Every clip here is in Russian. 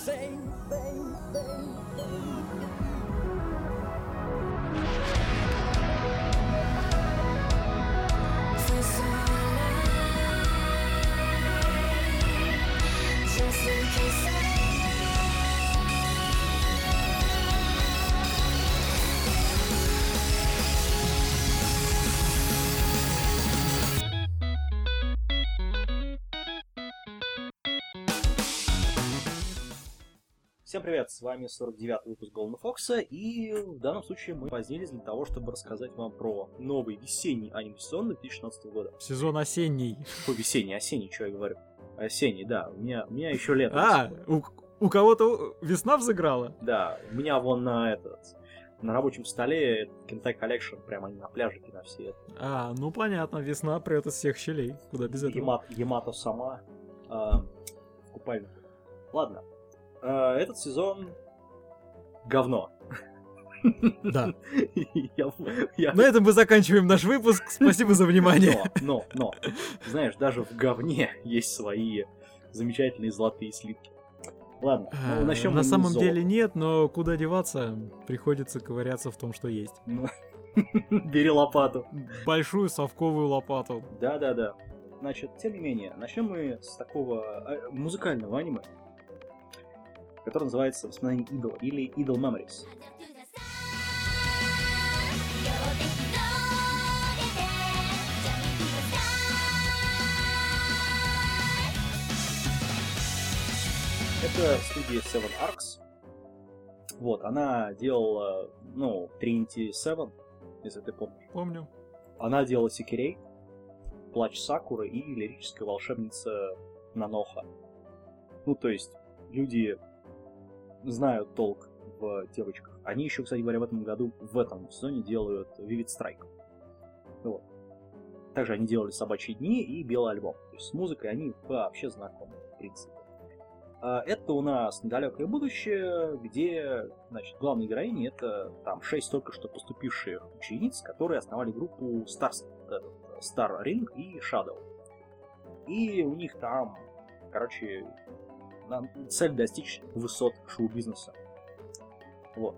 Всем привет, с вами 49-й выпуск Golden Fox, и в данном случае мы позднились для того, чтобы рассказать вам про новый весенний аниме-сезон 2016 года. Сезон осенний. Ой, осенний, что я говорю? Осенний, да, у меня еще лето. У кого-то весна взыграла? Да, у меня вон на рабочем столе Kentai Collection, прямо они на пляжике на все это. Ну понятно, весна прет из всех щелей, куда без этого. Ямато сама в купальнике. Ладно. Этот сезон говно. Да. На этом мы заканчиваем наш выпуск. Спасибо за внимание. Но, знаешь, даже в говне есть свои замечательные золотые слитки. Ладно, начнем. На самом деле нет, но куда деваться, приходится ковыряться в том, что есть. Бери лопату. Большую совковую лопату. Да. Значит, тем не менее, начнем мы с такого музыкального аниме, который называется «Воспоминания идола» или «Idol Memories». Это студия Seven Arcs. Вот, она делала, Trinity Seven, если ты помнишь. Помню. Она делала Секирей, Плач Сакуры и лирическая волшебница Наноха. То есть, люди знают толк в девочках. Они еще, кстати говоря, в этом сезоне делают Vivid Strike. Вот. Также они делали «Собачьи дни» и «Белый альбом». То есть с музыкой они вообще знакомы, в принципе. Это у нас недалекое будущее, где, главные героини — это 6 только что поступивших учениц, которые основали группу Star Ring и Shadow. И у них там, цель достичь высот шоу-бизнеса. Вот.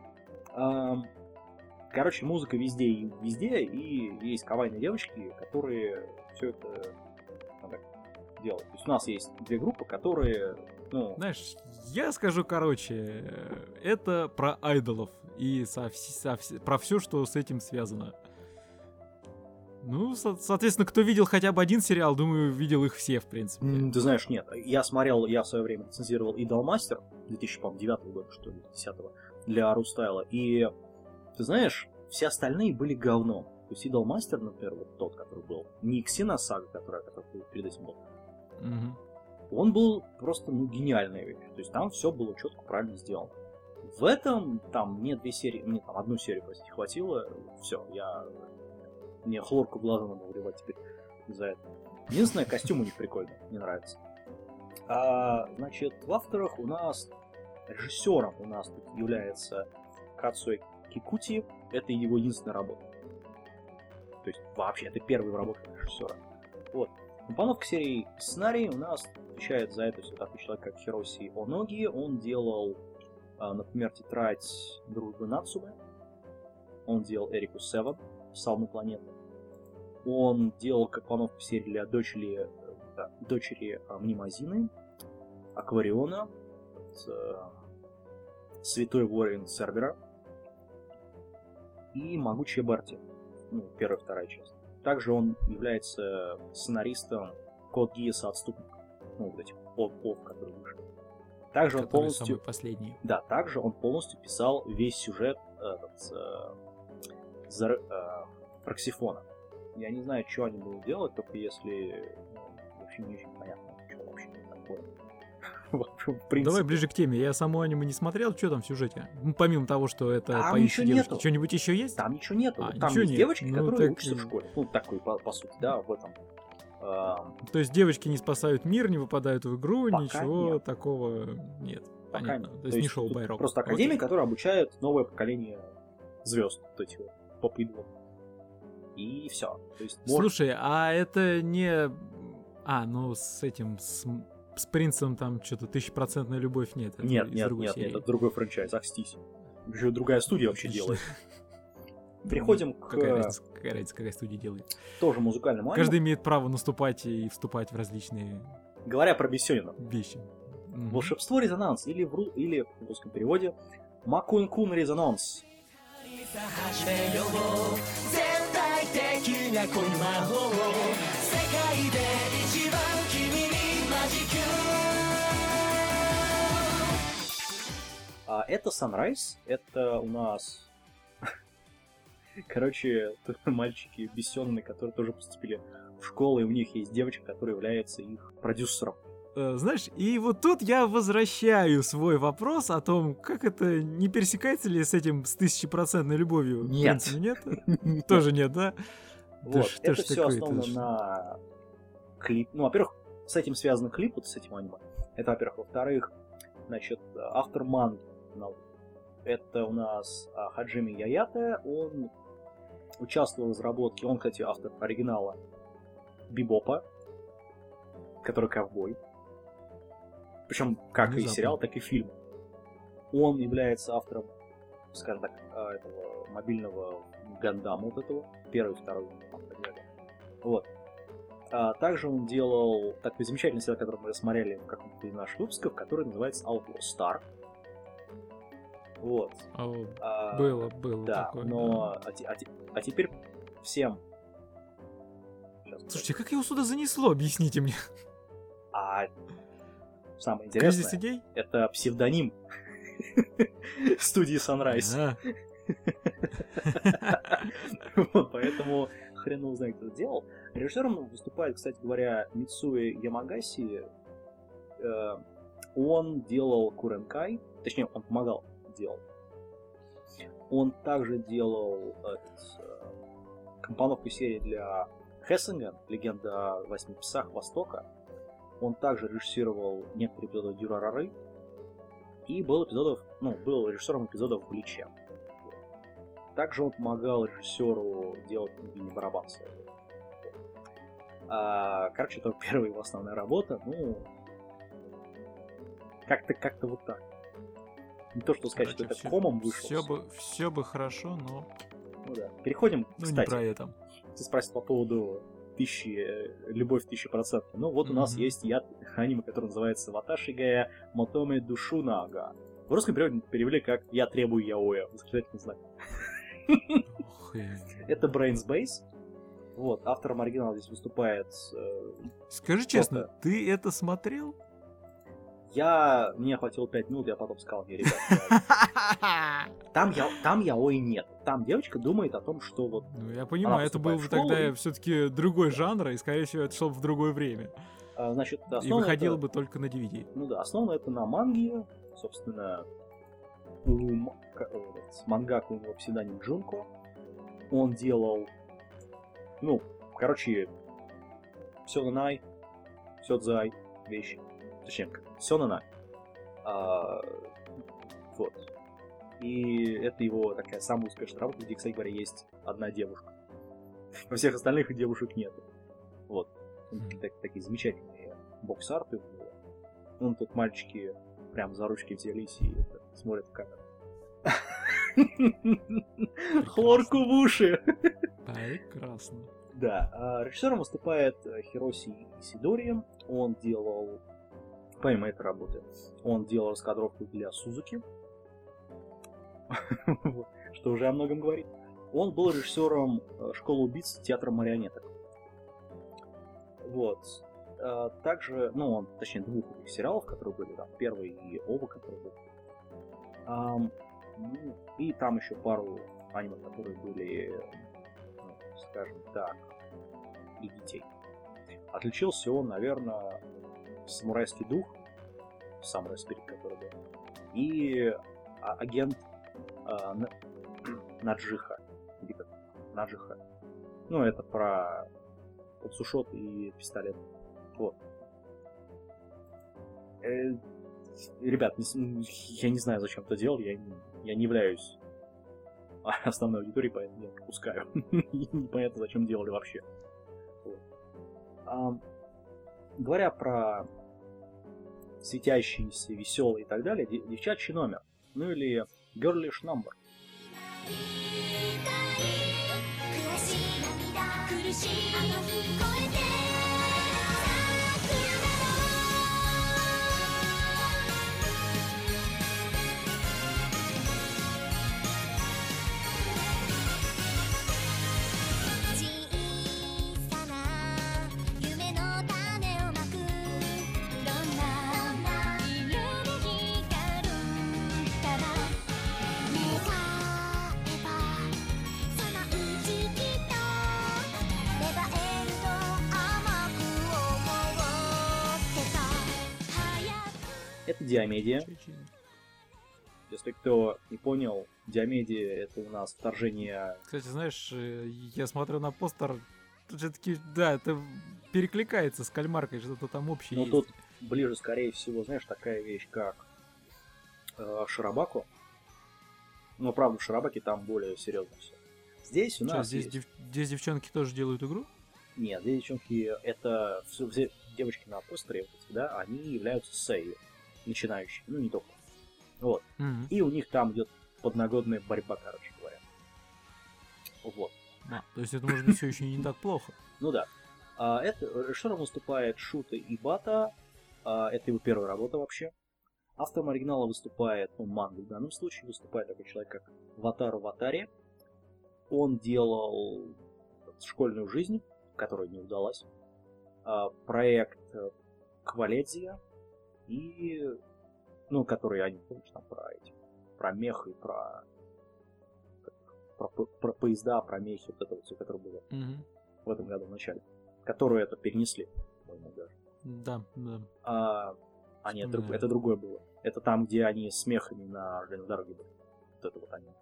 Музыка везде, и есть кавайные девочки, которые все это делают. То есть у нас есть две группы, которые, Знаешь, я скажу это про айдолов и про все, что с этим связано. Соответственно, кто видел хотя бы один сериал, думаю, видел их все, в принципе. Ты знаешь, нет. Я в свое время рецензировал Idolmaster 2009 года, что ли, 10-го, для Рустайла. И, ты знаешь, все остальные были говном. То есть Idolmaster, например, вот тот, который был, не Xenosaga, который перед этим был, он был просто, гениальная вещь. То есть там все было четко, правильно сделано. В этом, мне одну серию, простите, хватило, все, мне хлорку в глаза надо вливать теперь за это. Единственное, костюм у них прикольный, мне нравится. В авторах у нас режиссером тут является Кацуэ Кикути. Это его единственная работа. То есть вообще это первая работа режиссера. Вот. Компоновка серии сценарий у нас отвечает за это все такой человек, как Хироси Оноги. Он делал, например, тетрадь дружбы Нацумэ. Он делал Эрику Севен, Салму планеты. Он делал компоновку серии для дочери Мнемозины, Аквариона, Святой Воин Сербера и Могучая Барти. Первая и вторая часть. Также он является сценаристом Код Гиаса Отступника. Этих ов, которые вышли. Также он полностью... последний. Да, также он полностью писал весь сюжет Проксифона. Я не знаю, что они будут делать, только если... вообще не очень понятно, что вообще такое. Давай ближе к теме. Я само аниме не смотрел, что там в сюжете? Помимо того, что это поющие девушки, что-нибудь еще есть? Там ничего нету. Там ничего есть нет. девочки, которые учатся в школе. Такой, по сути, да, в этом. То есть девочки не спасают мир, не выпадают в игру, пока ничего нет. такого нет. Пока Понятно. нет. То есть не шоу Байрок. Просто академия, которая обучает новое поколение звезд, вот этих вот поп-идолов. И все. Слушай, а это не... с с принцем там что-то 1000% любовь нет. Это Нет, из нет, другой нет, серии. это другой франчайз, акстись. Еще другая студия вообще Отлично. делает. Переходим Какая к разница, какая студия делает. тоже музыкальному аниме. Каждый имеет право наступать и вступать в различные Говоря про Бессёнина. вещи. Мгм. Волшебство резонанс или или в русском переводе Макун-кун резонанс. 始めよう絶対的な恋魔法世界で一番君にマジック Это Sunrise, это у нас... Короче, мальчики бессённые, которые тоже поступили в школу, и у них есть девочка, которая является их продюсером. Знаешь, и вот тут я возвращаю свой вопрос о том, как это, не пересекается ли с этим с 1000% любовью? Нет. В принципе, нет? Тоже нет, да? Да Вот, что ж это все такое-то? основано на клип. Ну, во-первых, с этим связан клип, вот с этим аниме. Это, во-первых. Во-вторых, значит, автор манги. Это у нас Хаджими Яята. Он участвовал в разработке. Он, кстати, автор оригинала Бибопа, который ковбой. Причем как и Внезапно. сериал, так и фильм. Он является автором, скажем так, этого мобильного Гандама вот этого. Первый, второй. Вот. Также он делал такой замечательный сериал, который мы смотрели в каком-то из наших выпусков, который называется Outlaw Star. Вот. Было Да, такое. но... да. А теперь всем... Сейчас, Слушайте, как его сюда занесло? Объясните мне. Самое Кризис интересное, идей? это псевдоним студии Sunrise. Вот, поэтому хрен его знает, кто это делал. Режиссером выступает, кстати говоря, Мицуэ Ямагаси. Он делал Куренкай, точнее, он помогал делать. Он также делал компоновку серии для Хессинга, «Легенда о 8 псах Востока». Он также режиссировал некоторые эпизоды Дюрарары и был режиссером эпизодов в Бличе. Также он помогал режиссеру делать мини-барабан. Короче, это первая его основная работа. Ну, как-то вот так. Не то, что сказать, что это комом вышел. Все бы хорошо, но... Ну да. Переходим, Ну, кстати. не про это. Ты спросил по поводу любовь 1000%. Ну, вот у нас есть аниме, которое называется Ваташигая Мотоме Душунага. В русском переводе перевели как «Я требую яоя». Восклицательный знак. Это Brains Base. Вот, автором оригинала здесь выступает... Скажи честно, ты это смотрел? Мне хватило 5 минут, я потом сказал, не, ребят, там яой нет. Там девочка думает о том, что вот... Ну, я понимаю, это был тогда все-таки другой жанр, и, скорее всего, это шло в другое время. Значит, и выходило бы только на DVD. Ну да, основано это на манге. Собственно, мангаку у него псевдоним Джунко. Он делал... Ну, короче, Сёнэнай, Сёдзай вещи. Точнее, Сёнэнай. Вот. И это его такая самая успешная работа, где, кстати говоря, есть одна девушка. Во всех остальных девушек нет. Вот. Такие замечательные бокс-арты. Вон тут мальчики прям за ручки взялись и смотрят в камеру. Хлорку в уши! Прекрасно. Да. Режиссером выступает Хироси Исидори. Он делал... Помимо этой работы, он делал раскадровку для Сузуки. Что уже о многом говорит. Он был режиссером «Школы убийц» театра марионеток. Вот. Также, точнее, 2 сериалов, которые были, там, первый и оба, которые были. И там еще пару аниме, которые были, скажем так, для детей. Отличился он, наверное, «Самурайский дух», Samurai Spirit, который был, и агент Наджиха. Наджиха. Ну, это про подсушот и пистолет. Вот. Ребят, я не знаю, зачем это делал, я не являюсь основной аудиторией, поэтому я пропускаю. Непонятно, зачем делали вообще. Вот. Говоря про светящийся, веселый и так далее, девчачий номер. Ну или girlish number. 悔しい涙苦しいあの日越えて小さな夢の種をまくどんな色で光るかな願えばそのうちきっと芽生えると甘く思ってた早く Это Диомедия. Чуть-чуть. Если кто не понял, Диомедия — это у нас вторжение... Кстати, знаешь, я смотрю на постер, тут же таки, да, это перекликается с кальмаркой, что-то там общее Ну, есть. тут ближе, скорее всего, знаешь, такая вещь, как Ширабаку. Но, правда, в Ширабаке там более серьезно все. Здесь у Чё, нас здесь, есть... здесь девчонки тоже делают игру? Нет, здесь девчонки, это все девочки на постере, вот эти, да, они являются сею, начинающие, ну не только. Вот. Мгм. И у них там идет подногодная борьба, короче говоря. Вот. А, то есть это может быть все еще не так плохо. Ну да. Это режиссером выступает Шута Ибата. Это его первая работа вообще. Автором оригинала выступает, ну, манга в данном случае, выступает такой человек, как Ватару Ватари. Он делал «Школьную жизнь», которая не удалась. Проект Кваледзия. И... Ну, которые они, помнишь, там про мех и про поезда, про мехи, вот это вот все, которое было Мгм. в этом году в начале. Которые это перенесли, по-моему, даже. Да, да. Нет, Вспоминаю. это другое было. Это там, где они с мехами на железной дороге были. Вот это вот они.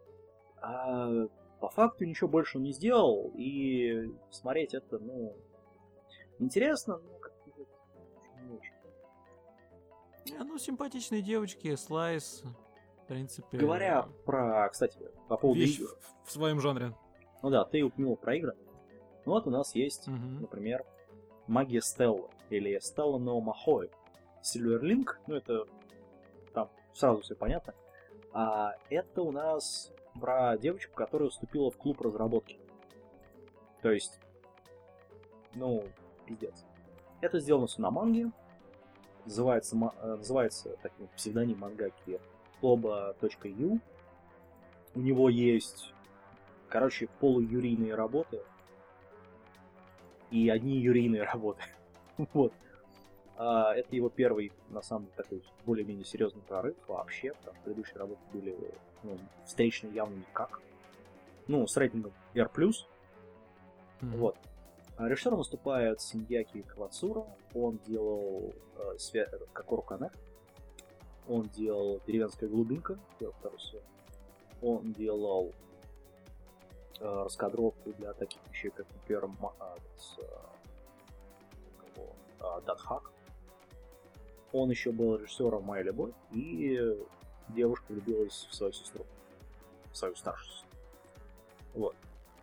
По факту ничего больше он не сделал, и смотреть это, ну, интересно, но как-то вот не очень. Ну, симпатичные девочки, слайс, в принципе... Говоря про, кстати, по поводу вещь игр. в своем жанре. Ну да, ты упомянул про игры. Ну вот у нас есть, Мгм. например, Магия Стелла или Стелла но Махой. Silverlink, ну это там сразу все понятно. А это у нас про девочку, которая вступила в клуб разработки. То есть, ну, пиздец. Это сделано все на манге. Называется таким псевдоним мангаки oba.yu. У него есть, короче, полуюрийные работы и одни юрийные работы. Вот. Это его первый, на самом деле, такой более-менее серьезный прорыв вообще, потому что предыдущие работы были, ну, встречные явно никак. Ну, с рейтингом R+. Мгм. Вот. Режиссером выступает Синьяки Кавацура. Он делал Какору Канэ. Он делал Деревенская глубинка, второй сезон. Он делал раскадровку для таких вещей, как, например, Датхак. Он еще был режиссером «Моя любовь», и девушка влюбилась в свою сестру, в свою старшую сестру. Вот.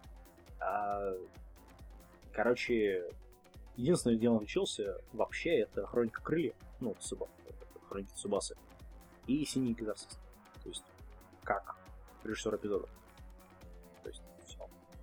Короче, единственное, где он учился вообще, это «Хроника крыльев», ну, «Хроники Цубасы», и «Синий экзорцист», то есть как режиссер эпизода. То есть все.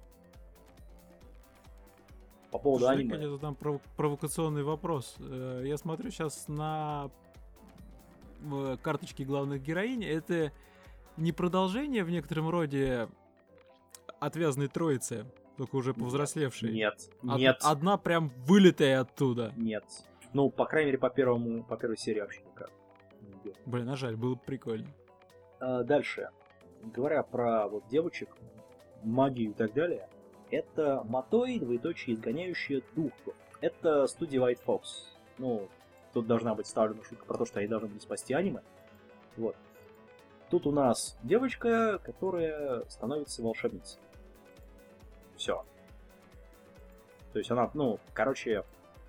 По поводу Слушай, аниме. я задам провокационный вопрос. Я смотрю сейчас на карточки главных героинь. Это не продолжение в некотором роде «Отвязной троицы», только уже повзрослевшей? Нет, Од- нет, Одна прям вылитая оттуда. нет. Ну, по крайней мере, по первой серии вообще никак. Не идет. Блин, а жаль, было бы прикольно. Дальше. Говоря про вот девочек, магию и так далее, это Матой, двоеточие, изгоняющие духов. Это студия White Fox. Ну, тут должна быть вставлена шутка про то, что они должны были спасти аниме. Вот. Тут у нас девочка, которая становится волшебницей. Все. То есть она, ну, короче,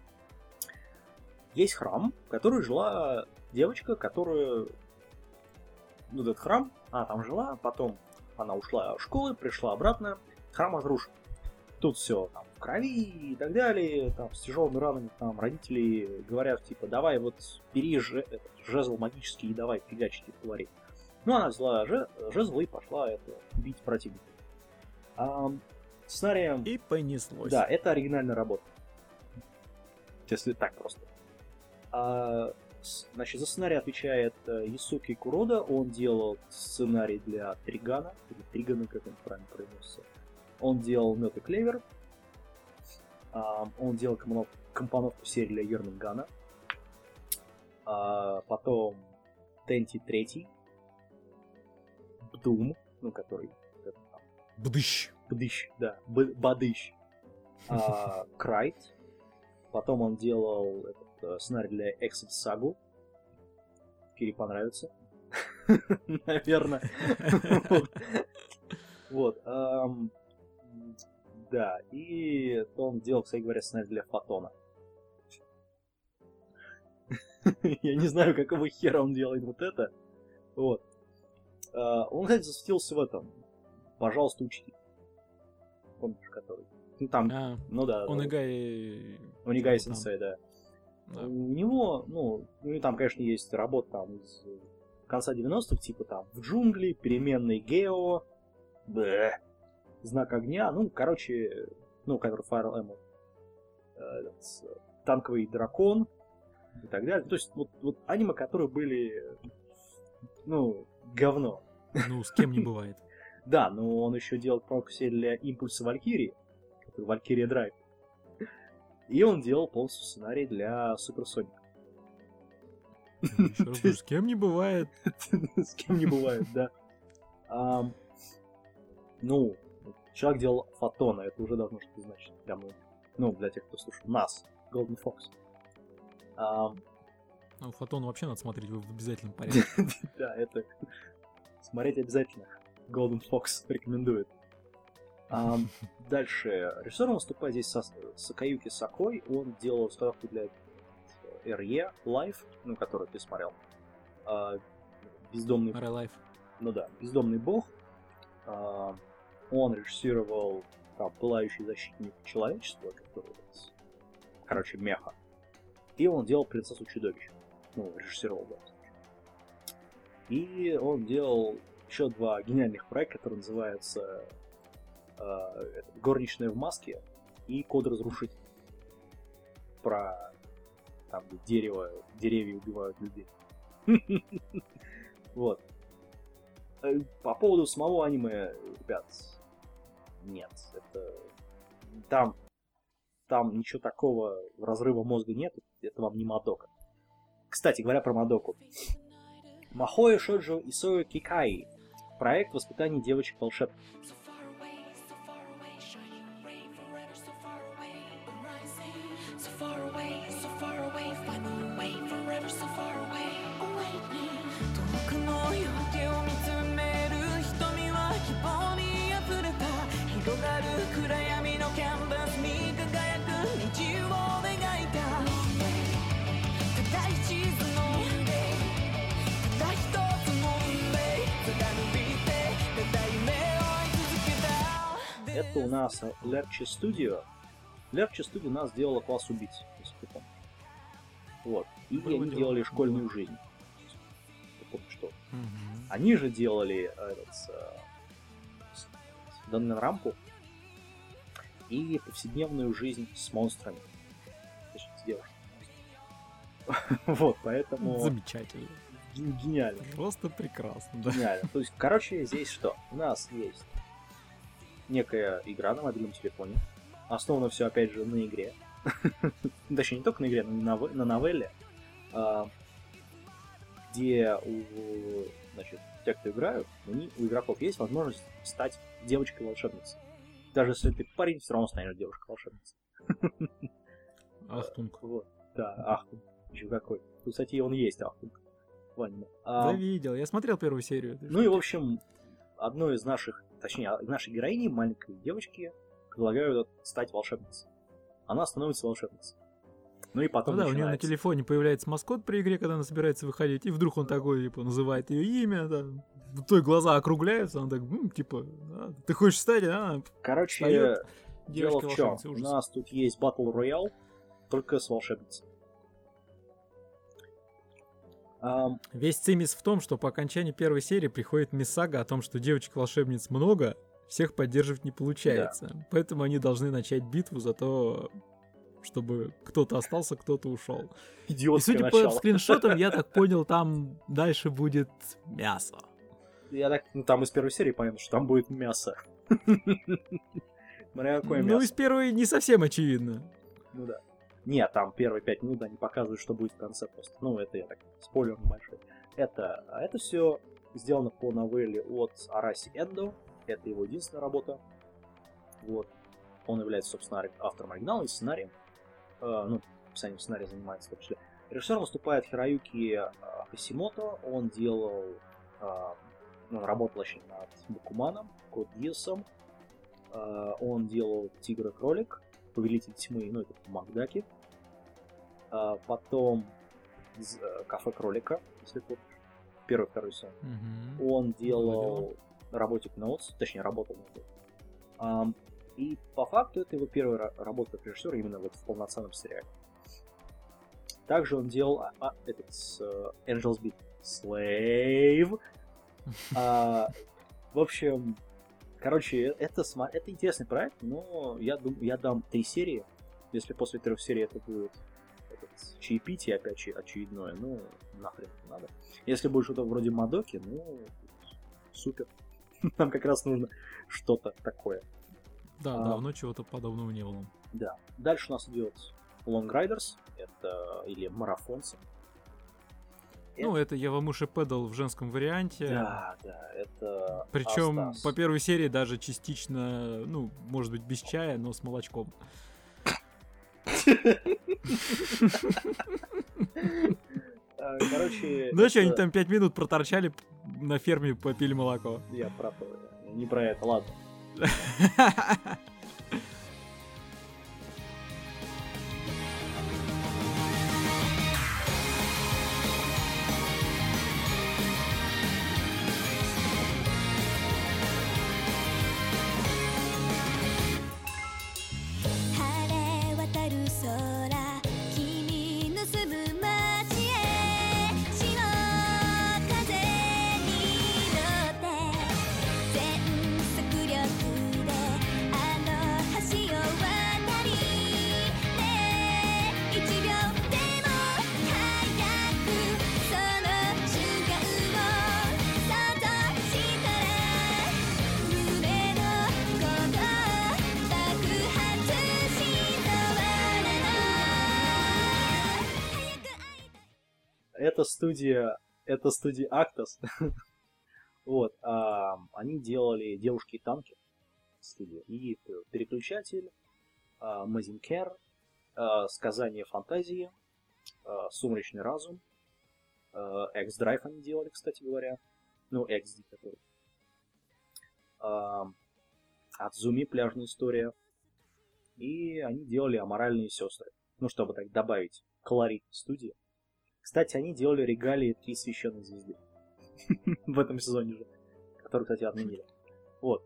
есть храм, в котором жила девочка, которая... Ну, этот храм, она там жила, потом она ушла из школы, пришла обратно, храм разрушен. тут все там в крови и так далее, там с тяжелыми ранами, там родители говорят, типа, давай вот бери жезл магический и давай фигачить этих тварей. Ну, она взяла жезл и пошла бить противника. Сценарием... И понеслось. Да, это оригинальная работа. Если так просто. Значит, за сценарий отвечает Ясуки Курода. Он делал сценарий для Тригана. Или Тригана, как он правильно произносится. Он делал Мёд и Клевер. Он делал компоновку серии для Ермингана. Потом Тенти 3. Бдум, ну, который... Бдыщ. Бдыщ, да. Бадыщ. Крайт. Потом он делал сценарий для Exit Saga. Кире понравится. Наверное. Вот. Да. И он делал, кстати говоря, сценарий для Фотона. Я не знаю, какого хера он делает вот это. Вот. Он, кстати, засветился в этом. Пожалуйста, учитель. Помнишь, который? Ну, там, ну да. Онигай сенсей, да. У него, ну, и там, конечно, есть работа там из конца 90-х, типа там в джунгли, переменный Гео, Знак огня, ну, короче, ну, который Fire Emblem, танковый дракон и так далее. То есть, вот аниме, которые были, ну, говно. Ну, с кем не бывает. Да, но он еще делал серию для Импульса Валькирии, Валькирия Драйв. И он делал полностью сценарий для Суперсоника. С кем не бывает. С кем не бывает, да. Ну, человек делал Фотона, это уже должно что-то значить для многих. Ну, для тех, кто слушал нас, Golden Fox. Ну, Фотон вообще надо смотреть в обязательном порядке. Да, это смотреть обязательно. Golden Fox рекомендует. Дальше. Режиссером выступает здесь Сакаюки Сакой. Он делал ставку для RE Life, ну, который ты смотрел. Бездомный... RE Life. Ну да, Бездомный бог. Он режиссировал там Пылающий защитник человечества, который, короче, меха. И он делал Принцессу чудовищ. Ну, режиссировал, да. И он делал еще два гениальных проекта, которые называются Горничная в маске и Код разрушитель. Про там, где деревья убивают людей. Вот. По поводу самого аниме, ребят, нет. Это... Там ничего такого разрыва мозга нет. Это вам не Мадока. Кстати, говоря про Мадоку. Махоэ Шоджо Исоэ Кикаи. Проект воспитания девочек-волшебниц. Это у нас Lerche Studio. Lerche Studio у нас сделала класс убийц, если ты помнишь. Вот. И они делали школьную жизнь. Ты помнишь, что? Они же делали Данненрампу и повседневную жизнь с монстрами. Точнее, с девушками. Вот, поэтому... Замечательно. Гениально. Просто прекрасно, да. Гениально. То есть, короче, здесь что? У нас есть некая игра на мобильном телефоне. Основано все, опять же, на игре. Точнее, не только на игре, но и на новелле. Где значит, те, кто играют, у игроков есть возможность стать девочкой-волшебницей. Даже если ты парень, все равно станешь девушкой-волшебницей. Ахтунг. Вот. Да, Ахтунг. Еще какой. Тут, кстати, он есть, Ахтунг. Да, видел. Я смотрел первую серию. Ну и, в общем, одной из наших, точнее, нашей героини, маленькой девочки, предлагают стать волшебницей. Она становится волшебницей. Ну и потом у нее на телефоне появляется маскот при игре, когда она собирается выходить, и вдруг он такой, типа, называет ее имя, да, в той глаза округляются, она так, типа, ты хочешь стать, Короче, встает. Дело в чем? Девочки-волшебницы, У ужас. нас тут есть Battle Royale, только с волшебницей. Весь цимис в том, что по окончании первой серии приходит миссага о том, что девочек-волшебниц много, всех поддерживать не получается. Поэтому они должны начать битву за то, чтобы кто-то остался, кто-то ушел. И Идиотское судя по начало. скриншотам, я так понял, там дальше будет мясо. Я так, там из первой серии понятно, что там будет мясо. Смотря какое Ну, мясо. из первой не совсем очевидно. Ну да. Нет, там первые 5 минут они показывают, что будет в конце просто. Ну, это я так, спойлер небольшой. Это все сделано по новелле от Араси Эндо. Это его единственная работа. Вот. Он является, собственно, автором оригинала и сценарием. Ну, писанием сценария занимается в том числе. Режиссером выступает Хироюки Хасимото. Он делал... Он работал еще над Бакуманом, Код Гиссом. Он делал Тигр и Кролик, Повелитель Тьмы, ну это Макдаки. Потом Кафе Кролика, если помнишь. Первый, второй сон. Он делал Роботик Ноутс, точнее работал над этим. И по факту это его первая работа как режиссер именно вот в полноценном сериале. Также он делал этот Angel's Beat Slave. В общем, короче, это интересный проект, но я думаю, я дам 3 серии. Если после 3 серий это будет чаепитие опять очередное, ну, нахрен надо. Если будет что-то вроде Мадоки, ну, супер. Нам как раз нужно что-то такое. Да, давно чего-то подобного не было. Да. Дальше у нас идет Long Riders, это или марафонцы. Ну, это Явамуши Пэдл в женском варианте. Да, это... Причем Астас. по первой серии даже частично, ну, может быть, без чая, но с молочком. Короче... Ну что, они там 5 минут проторчали на ферме, попили молоко. Я про то, не про это, ладно. Это студия Actos. Вот. Они делали «Девушки и танки» студия. И «Переключатель», «Мазинкер», «Сказание фантазии», «Сумрачный разум», «X-Drive» они делали, кстати говоря. Ну, XD, который. «Адзуми. Пляжная история». И они делали «Аморальные сестры». Ну, чтобы так добавить колорит студии. Кстати, они делали регалии 3 священных звезды. В этом сезоне же. Который, кстати, отменили. Вот.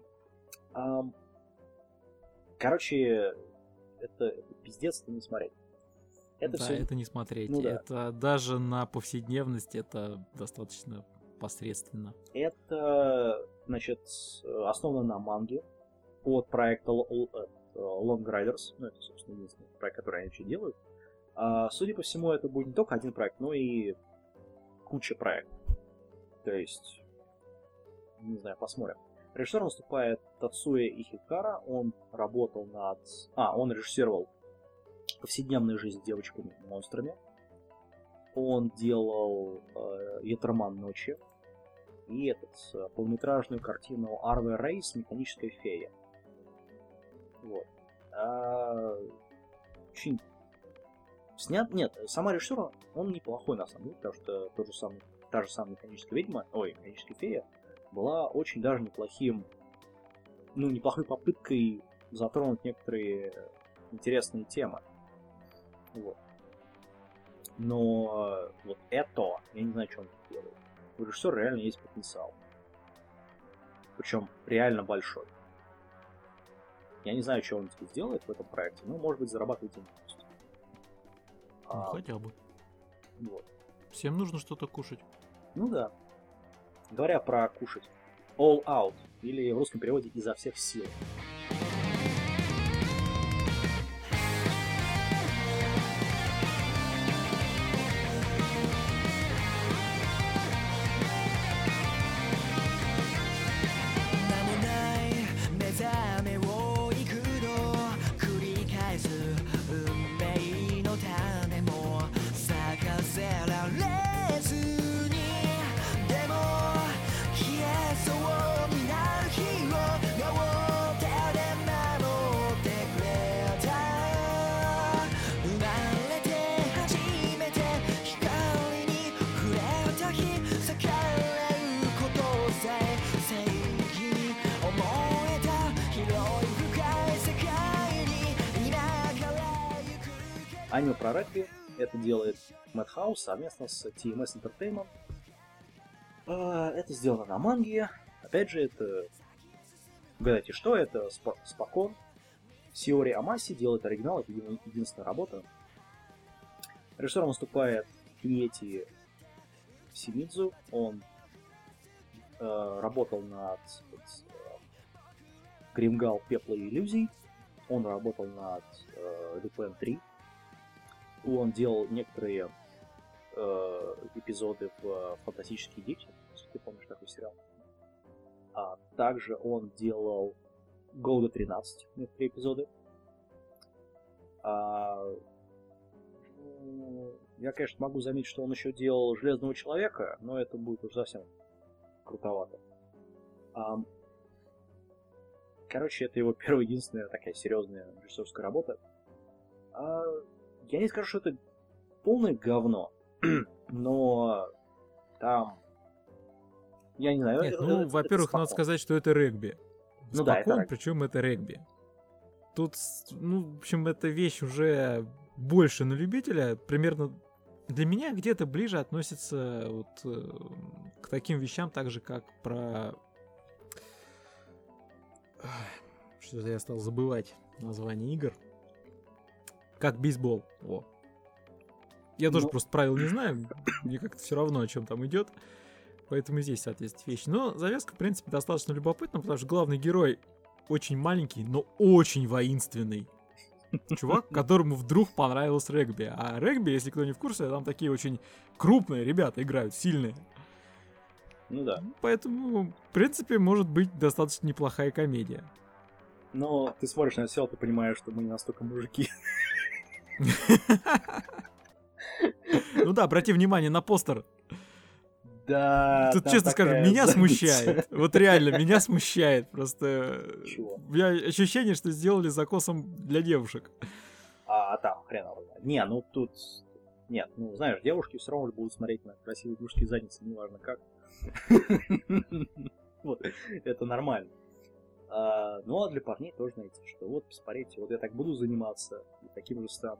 Короче, это пиздец, это не смотреть. Это да, все... это не смотреть. Ну, да. Это даже на повседневность это достаточно посредственно. Это, значит, основано на манге от проекта Long Riders. Ну, это, собственно, единственный проект, который они вообще делают. Судя по всему, это будет не только один проект, но и куча проектов. То есть, не знаю, посмотрим. Режиссером выступает Тацуя Ихикара. Он работал над... он режиссировал «Повседневную жизнь с девочками-монстрами». Он делал «Ятерман ночи». И полнометражную картину Арве Рейс «Механическая фея». Вот. Очень... Нет, сама режиссура, он неплохой на самом деле, потому что та же самая «Механическая ведьма», «Механическая фея», была очень даже неплохой попыткой затронуть некоторые интересные темы. Вот. Но вот это, я не знаю, что он делает. У режиссера реально есть потенциал. Причем реально большой. Я не знаю, что он теперь сделает в этом проекте, но, может быть, зарабатывает деньги. Ну, хотя бы. Вот. Всем нужно что-то кушать. Ну да. Говоря про кушать. All Out, или в русском переводе «Изо всех сил». Аниме про регби. Это делает Madhouse совместно с TMS Entertainment. Это сделано на манге. Опять же, это... Угадайте, что это? Спокон. Сиори Амаси делает оригинал. Это единственная работа. Режиссером выступает Киньети Симидзу. Он работал над Гримгал Пепла и Иллюзий. Он работал над Люпен 3. Он делал некоторые эпизоды в «Фантастические дети», если ты помнишь такой сериал. А также он делал «Голго 13», некоторые эпизоды. Я, конечно, могу заметить, что он еще делал «Железного человека», но это будет уже совсем крутовато. Короче, это его первая единственная такая серьезная режиссерская работа. Я не скажу, что это полное говно, но там... Я не знаю. Нет, во-первых, надо сказать, что это регби. Ну да, это регби. Причем это регби. Тут, в общем, эта вещь уже больше на любителя. Примерно для меня где-то ближе относится вот к таким вещам, так же, как про... Что-то я стал забывать название игр. Как бейсбол. Во. Я тоже просто правил не знаю. Мне как-то все равно, о чем там идет. Поэтому здесь соответствует вещи. Но завязка, в принципе, достаточно любопытна, потому что главный герой очень маленький, но очень воинственный. Чувак, которому вдруг понравилось регби. А регби, если кто не в курсе, там такие очень крупные ребята играют, сильные. Ну да. Поэтому, в принципе, может быть достаточно неплохая комедия. Но ты смотришь на сериал, ты понимаешь, что мы не настолько мужики. Ну да, обрати внимание на постер. Да. Тут, честно скажу, меня смущает. Вот реально, меня смущает. Просто у меня ощущение, что сделали закосом для девушек. А там хрен его знает. Не, ну тут... Нет, ну знаешь, девушки все равно будут смотреть на красивые мужские задницы, неважно как. Вот, это нормально. Ну а для парней тоже найти, что вот, посмотрите, вот я так буду заниматься, и таким же стану.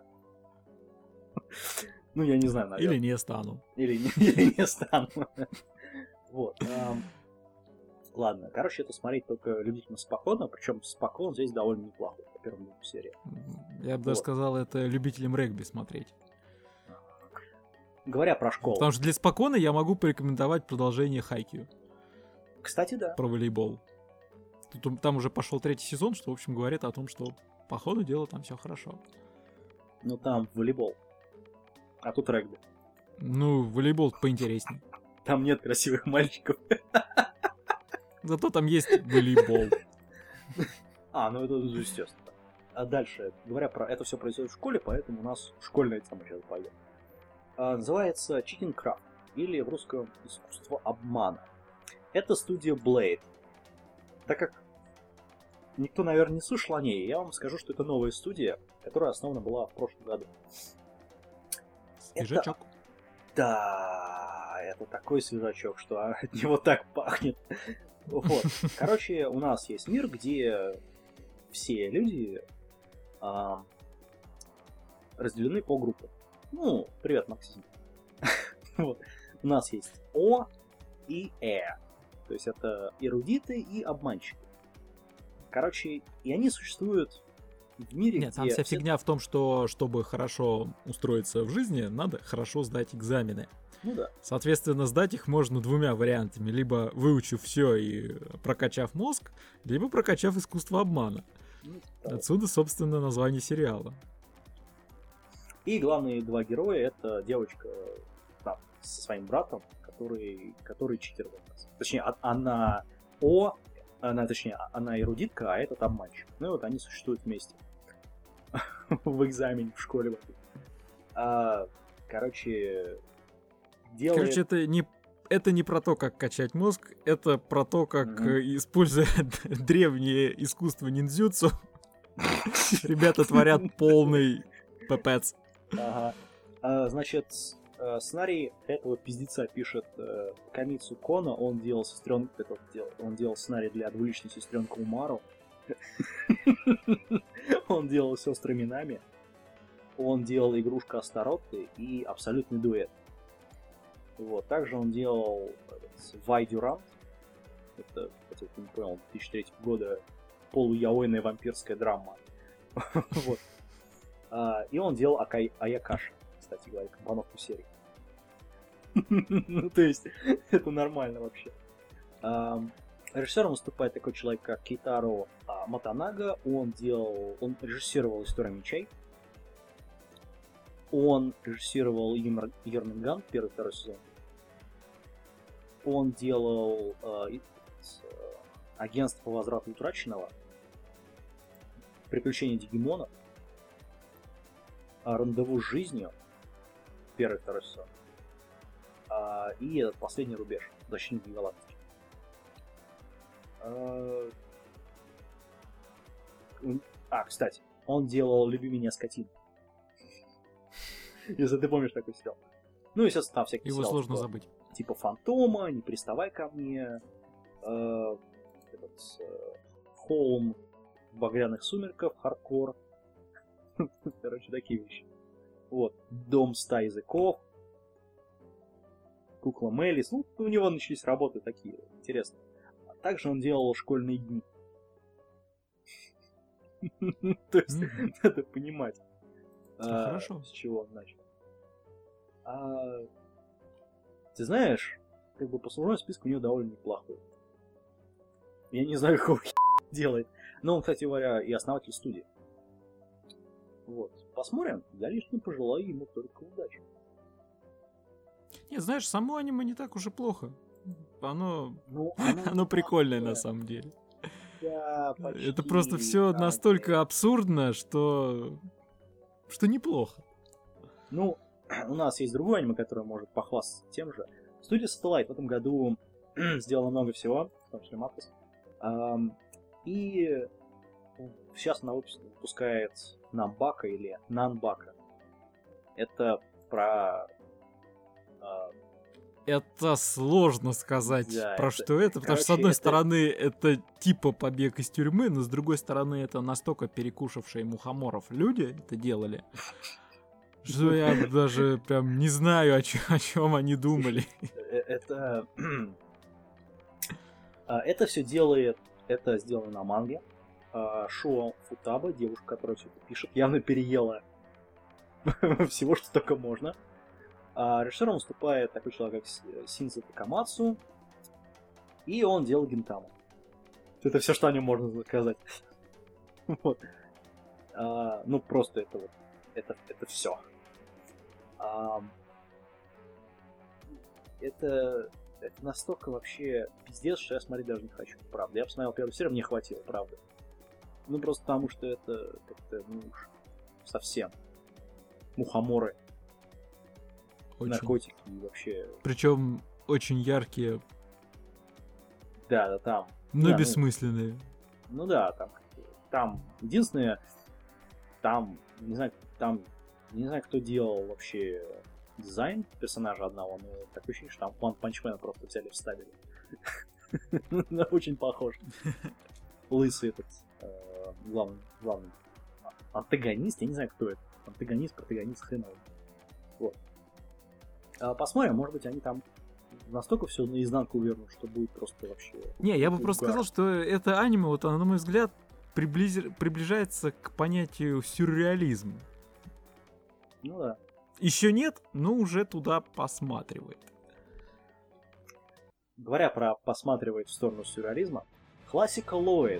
Ну, я не знаю, наверное. Или не стану. Или не стану. Вот. Ладно, короче, это смотреть только любителям Спокона, причем Спокон здесь довольно неплохой по первому серии. Я бы даже сказал, это любителям регби смотреть. Говоря про школу. Потому что для Спокона я могу порекомендовать продолжение Хайкью. Кстати, да. Про волейбол. Там уже пошел 3-й сезон, что, в общем, говорит о том, что по ходу дела там все хорошо. Ну, там волейбол. А тут регби. Ну, волейбол поинтереснее. Там нет красивых мальчиков. Зато там есть волейбол. Ну это естественно. А дальше, говоря про... Это все происходит в школе, поэтому у нас школьная тема сейчас пойдет. Называется Cheating Craft, или в русском искусство обмана. Это студия Blade. Так как никто, наверное, не слышал о ней, я вам скажу, что это новая студия, которая основана была в прошлом году. Свежачок. Да, это такой свежачок, что от него так пахнет. Вот. Короче, у нас есть мир, где все люди разделены по группам. Ну, привет, марксизм. Вот. У нас есть О и Э. То есть это эрудиты и обманщики. Короче, и они существуют в мире, Нет, там вся фигня в том, что чтобы хорошо устроиться в жизни, надо хорошо сдать экзамены. Ну да. Соответственно, сдать их можно двумя вариантами. Либо выучив все и прокачав мозг, либо прокачав искусство обмана. Ну, да. Отсюда, собственно, название сериала. И главные два героя — это девочка там, со своим братом, который читер. Точнее, она эрудитка, а этот обманщик. Ну и вот они существуют вместе. В экзамене в школе. Короче, это не про то, как качать мозг, это про то, как, используя древнее искусство ниндзюцу, ребята творят полный пипец. Ага. Значит, сценарий этого пиздеца пишет Камицу Коно. Он делал сценарий для двуличной сестренка Умару. Он делал сестры Минами. Он делал игрушка Астаротты и абсолютный дуэт. Вот. Также он делал Вай Дюрант. Это, кстати, не понял, 2003 года полуяойная вампирская драма. Вот. И он делал Аякаши, кстати говоря, компоновку серии. Ну, то есть, это нормально вообще. Режиссером выступает такой человек, как Кейтаро Матанага. Он режиссировал «Историю мечей». Он режиссировал Ерминган, первый и второй сезон. Он делал Агентство по возврату утраченного, Приключения Дигимона, Рандеву с жизнью, первый и второй сезон. И этот последний рубеж, Защитники галактики. Кстати, он делал «Люби меня, скотина». Если ты помнишь такой сериал. Ну, естественно, там всякие сериалы. Его сложно типа, забыть. Типа «Фантома», «Не приставай ко мне», «Холм в багряных сумерках», «Хардкор». Короче, такие вещи. Вот. «Дом 100 языков», «Кукла Мелис». Ну, у него начались работы такие интересные. А также он делал «Школьные дни». То есть, надо понимать. Хорошо. С чего он начал. Ты знаешь, как бы послужной список у него довольно неплохой. Я не знаю, какого делает. Но он, кстати говоря, и основатель студии. Вот. Посмотрим. Я лично пожелаю ему только удачи. Нет, знаешь, само аниме не так уж и плохо. Оно прикольное на самом деле. Да, почти. Это просто все настолько абсурдно, что неплохо. Ну, у нас есть другое аниме, которое может похвастаться тем же. Студия Satellite в этом году сделала много всего, в том числе Мафос. И сейчас она выпускает Намбака или Нанбака. Это про... Это сложно сказать, да, про что это, потому что, с одной стороны, это типа побег из тюрьмы, но с другой стороны, это настолько перекушавшие мухоморов люди это делали, что я даже прям не знаю, о чем они думали. Это все делает, это сделано на манге. Шуо Футаба, девушка, которая все это пишет, явно переела всего, что только можно. Режиссером выступает такой человек, как Синза Такамацу, и он делал Гинтаму. Это все, что о нем можно сказать. Вот. Ну, просто это вот, это все. Это настолько вообще пиздец, что я смотреть даже не хочу, правда. Я посмотрел первую серию, мне хватило, правда. Ну, просто потому что это как-то, ну уж, совсем. Мухоморы. Очень. Наркотики и вообще... Причем очень яркие. Да, там. Но да, бессмысленные. Ну да, там единственное, не знаю, кто делал вообще дизайн персонажа одного, но такое ощущение, что там One Punch Man просто взяли и вставили. Очень похож. Лысый этот главный антагонист, я не знаю, кто это. Антагонист, протагонист, хреновый. Вот. Посмотрим, может быть, они там настолько все наизнанку вернут, что будет просто вообще... Не, я бы просто сказал, что это аниме, вот оно, на мой взгляд, приближается к понятию сюрреализм. Ну да. Еще нет, но уже туда посматривает. Говоря про посматривает в сторону сюрреализма, классика Ллойд.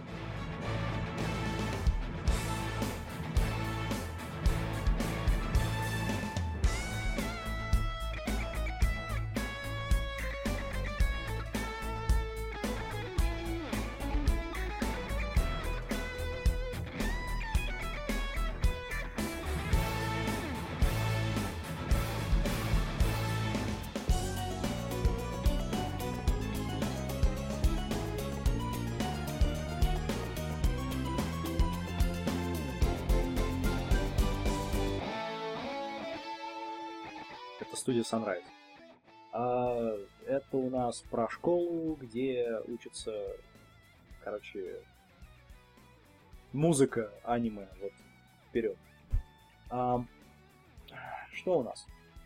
Студия Sunrise. Это у нас про школу, где учатся, короче, музыка, аниме, вот, вперед. Что у нас?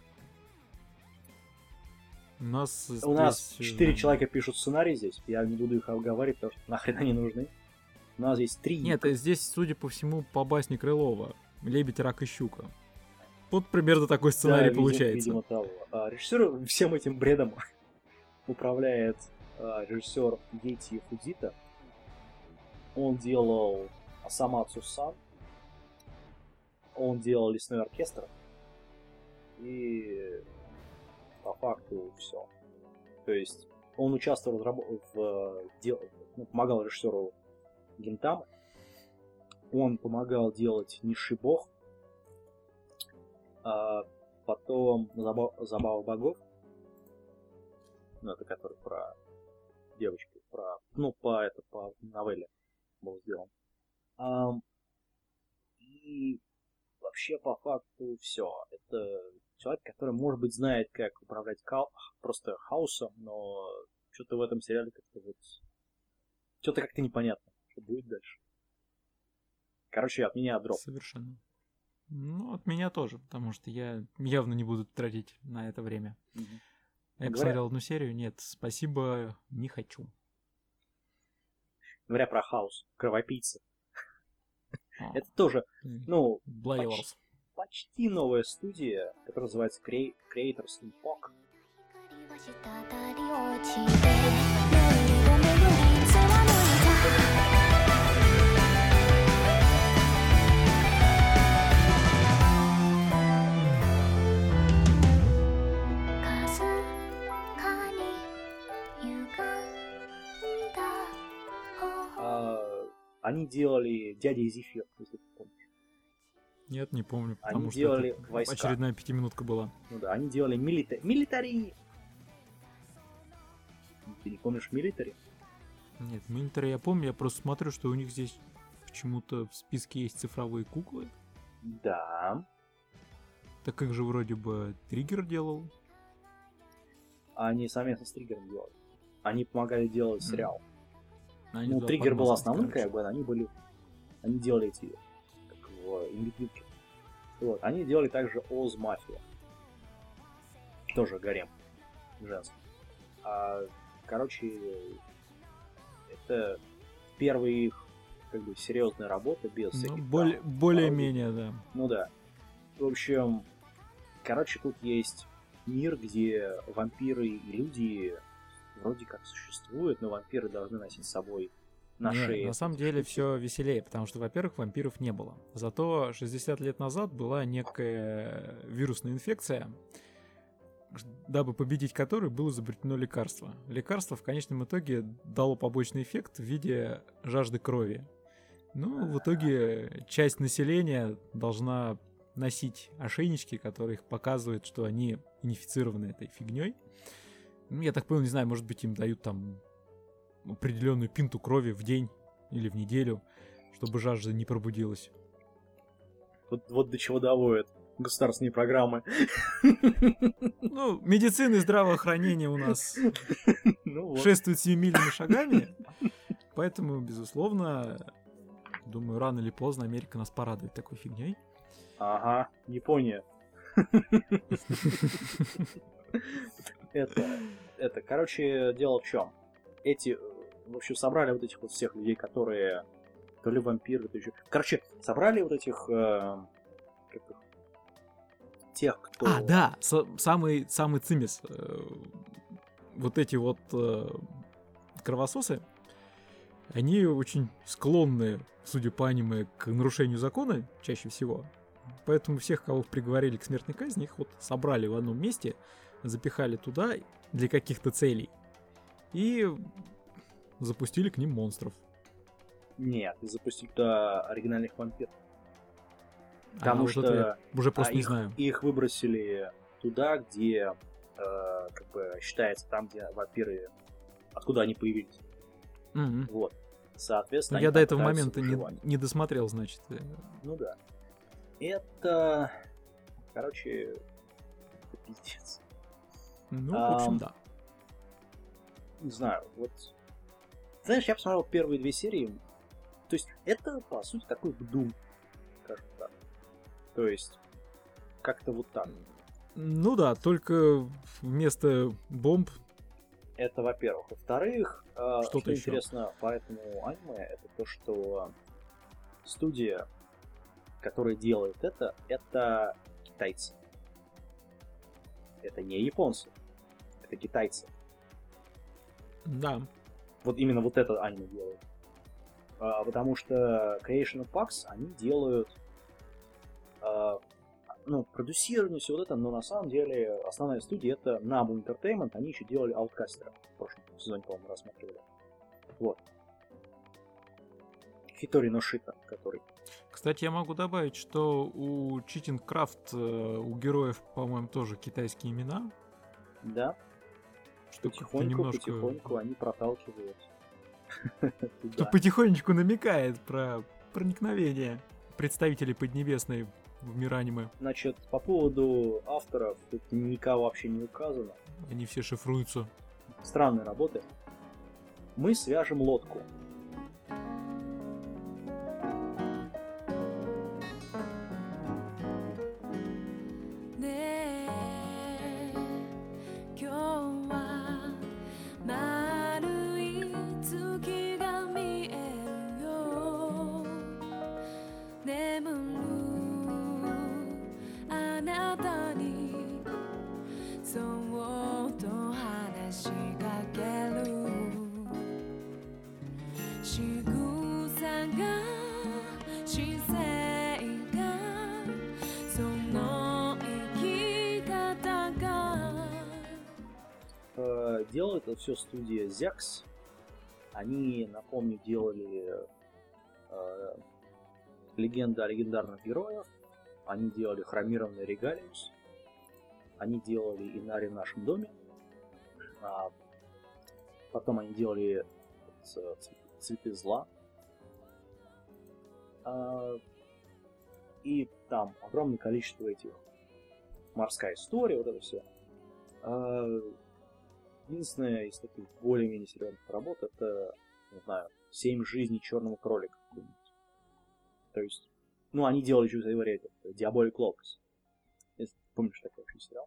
У нас 4 человека пишут сценарий здесь, я не буду их оговаривать, потому что нахрен они нужны. У нас здесь 3. Нет, здесь, судя по всему, по басне Крылова. «Лебедь, рак и щука». Вот примерно такой сценарий получается. Видимо, того. Режиссер всем этим бредом управляет режиссер Гейти Фудзита. Он делал Асамацу-сан. Он делал «Лесной оркестр». И по факту все. То есть он участвовал помогал режиссеру Гинтамы. Он помогал делать «Низший бог». Потом «Забава богов». Ну, это который про девочку, по новелле был сделан. И вообще по факту все. Это человек, который, может быть, знает, как управлять просто хаосом, но что-то в этом сериале как-то вот... Что-то как-то непонятно, что будет дальше. Короче, от меня дроп. Совершенно. Ну, от меня тоже, потому что я явно не буду тратить на это время. Я посмотрел одну серию, нет, спасибо, не хочу. Говоря про хаос, кровопийцы. Это тоже, почти новая студия, которая называется Creators Epoch. Они делали «Дядя и Зефир», если ты помнишь. Нет, не помню, потому что делали войска. Очередная 5-минутка была. Ну да, они делали милитари. Ты не помнишь милитари? Нет, милитари я помню, я просто смотрю, что у них здесь почему-то в списке есть цифровые куклы. Да. Так как же вроде бы Триггер делал. Они совместно с Триггером делали. Они помогали делать сериал. Триггер был основным, как бы, они делали эти, как в индивидуалке. Вот, они делали также Оз Мафия. Тоже гарем женский. Короче, это первая их, как бы, серьезная работа без всяких... более-менее, да. Ну да. В общем, короче, тут есть мир, где вампиры и люди... вроде как существует, но вампиры должны носить с собой на шее. На самом деле все веселее, потому что, во-первых, вампиров не было. Зато 60 лет назад была некая вирусная инфекция, дабы победить которую было изобретено лекарство. Лекарство в конечном итоге дало побочный эффект в виде жажды крови. Ну, в итоге часть населения должна носить ошейнички, которые показывают, что они инфицированы этой фигней. Я так понял, не знаю, может быть, им дают там определенную пинту крови в день или в неделю, чтобы жажда не пробудилась. Вот до чего доводят государственные программы. Ну, медицина и здравоохранение у нас шествуют семимильными шагами, поэтому, безусловно, думаю, рано или поздно Америка нас порадует такой фигней. Ага, Япония. Короче, дело в чем? В общем, собрали вот этих вот всех людей, которые то ли вампиры, то еще... Короче, собрали вот этих... тех, кто... Да, самый цимис. Вот эти вот кровососы, они очень склонны, судя по аниме, к нарушению закона чаще всего. Поэтому всех, кого приговорили к смертной казни, их вот собрали в одном месте, запихали туда для каких-то целей и запустили к ним монстров. Нет, запустили туда оригинальных вампиров. Потому вот что я уже просто не знаю. Их выбросили туда, где как бы считается там, где вампиры, откуда они появились. Вот. Соответственно, я до этого момента не досмотрел, значит. Ну да. Это, короче, это пиздец. Ну, в общем, да. Не знаю, вот... Знаешь, я посмотрел первые 2 серии. То есть, это, по сути, такой Doom, скажем так. То есть, как-то вот так. Ну да, только вместо бомб... Это, во-первых. Во-вторых, что еще интересно по этому аниме, это то, что студия, которая делает это китайцы. Это не японцы. Это китайцы. Да. Вот именно вот это аниме делают. Потому что Creation of Pax, они делают продюсирование, все вот это, но на самом деле основная студия это Nabu Entertainment, они еще делали Outcaster в прошлом сезоне, по-моему, рассматривали. Вот. Хитори Ношита, который... Кстати, я могу добавить, что у Cheating Craft у героев, по-моему, тоже китайские имена. Да. Что потихоньку они проталкивают. Что потихонечку намекает про проникновение представителей Поднебесной в мир аниме. Значит, по поводу авторов тут никого вообще не указано. Они все шифруются. Странная работа. Мы свяжем лодку. Делает это все студия ZEX. Они, напомню, делали Легенда о легендарных героях. Они делали Хромированный Регалиус. Они делали Инари в нашем доме. Потом они делали Цветы зла. И там огромное количество этих. Морская история, вот это все. Единственная из таких более-менее серьезных работ это, не знаю, 7 жизней черного кролика. То есть, они делали, что говорить, Diabolic Locus. Если помнишь такой вообще сериал?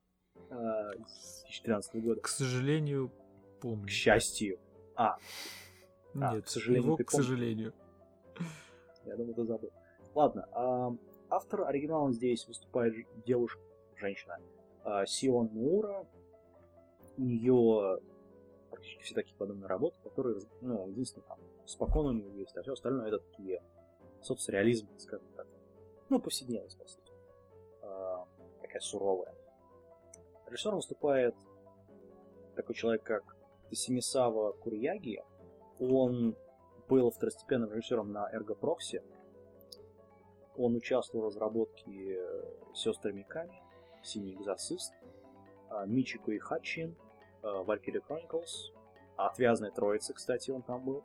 2013 года. К сожалению, помню. К счастью. Нет, к сожалению, к сожалению. Я думаю, ты забыл. Ладно, автор оригинала здесь выступает женщина, Сион Мура. У нее практически все такие подобные работы, которые, единственное, там, спокойно у нее есть, а все остальное это такие соцреализм, скажем так. Повседневность, по сути. Такая суровая. Режиссером выступает такой человек, как Тасимисава Курияги. Он был второстепенным режиссером на Ergo Proxy. Он участвовал в разработке Сестры Миками, Синий экзорцист, Мичико и Хачин, Valkyrie Chronicles, Отвязная Троица, кстати, он там был.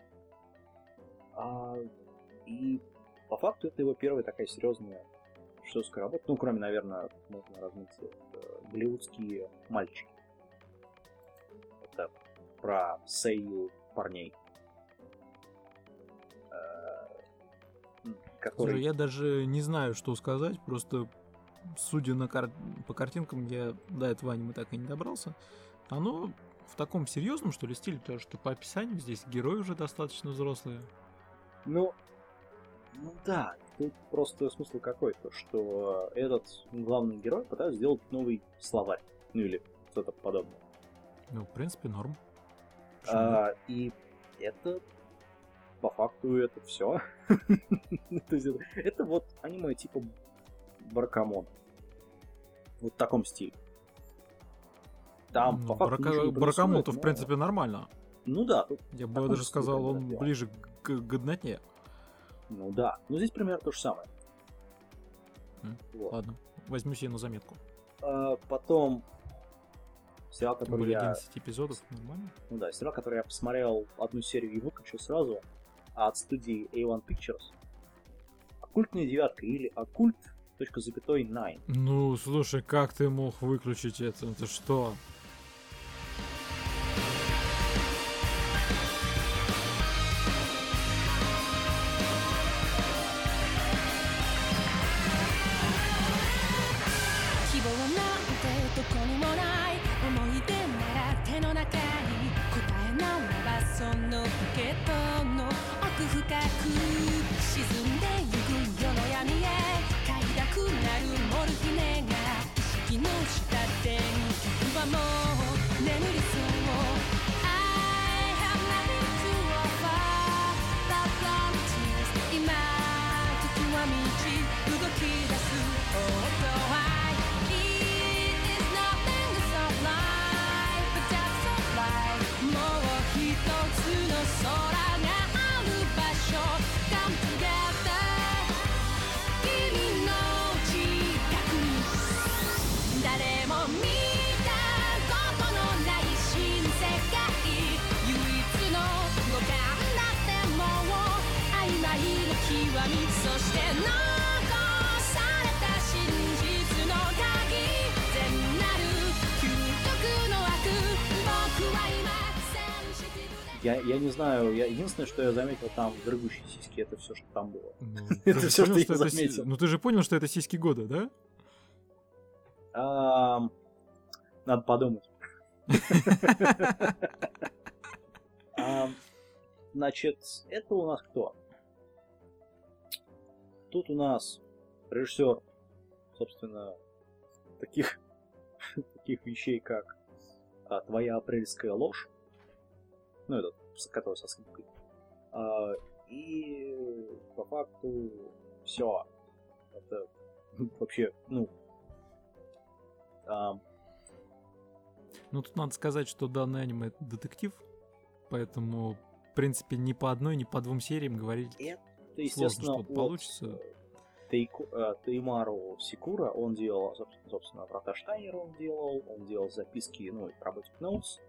И по факту это его первая такая серьезная режиссерская работа. Кроме, наверное, можно размыть голливудские мальчики. Это про сейю парней. Слушай, я даже не знаю, что сказать, просто судя по картинкам, я до этого аниме так и не добрался. Оно в таком серьезном, что ли, стиле, потому что по описанию здесь герои уже достаточно взрослые. Ну да, тут просто смысл какой-то, что этот главный герой пытается сделать новый словарь, ну или что-то подобное. Ну, в принципе, норм. И это, по факту, это все. То есть это вот аниме типа Баракамон. Вот в таком стиле. Там, по факту, Баракамон-то, в принципе, нормально. Ну да. Я бы даже сказал, он ближе к годноте. Ну да. Но здесь примерно то же самое. Вот. Ладно, возьму себе на заметку. Потом сериал, который 11 эпизодов, нормально? Ну да, сериал, который я посмотрел одну серию и выключил сразу, от студии A1 Pictures. Оккультная девятка или Оккульт.9. Ну, слушай, как ты мог выключить это? Это что? Я не знаю, единственное, что я заметил там, дорогущие сиськи, это все, что там было. Это все, что я заметил. Ну ты же понял, что это сиськи года, да? Надо подумать. Значит, это у нас кто? Тут у нас режиссер, собственно, таких вещей, как «Твоя апрельская ложь», ну, этот, который со скидкой. И по факту все. Это вообще, ну... Ну, тут надо сказать, что данное аниме — это детектив, поэтому, в принципе, ни по одной, ни по двум сериям говорить это, естественно, сложно, что получится. Теймару Сикура, он делал, собственно, Врата Штайнера он делал записки, ну, и Работик Ноутс.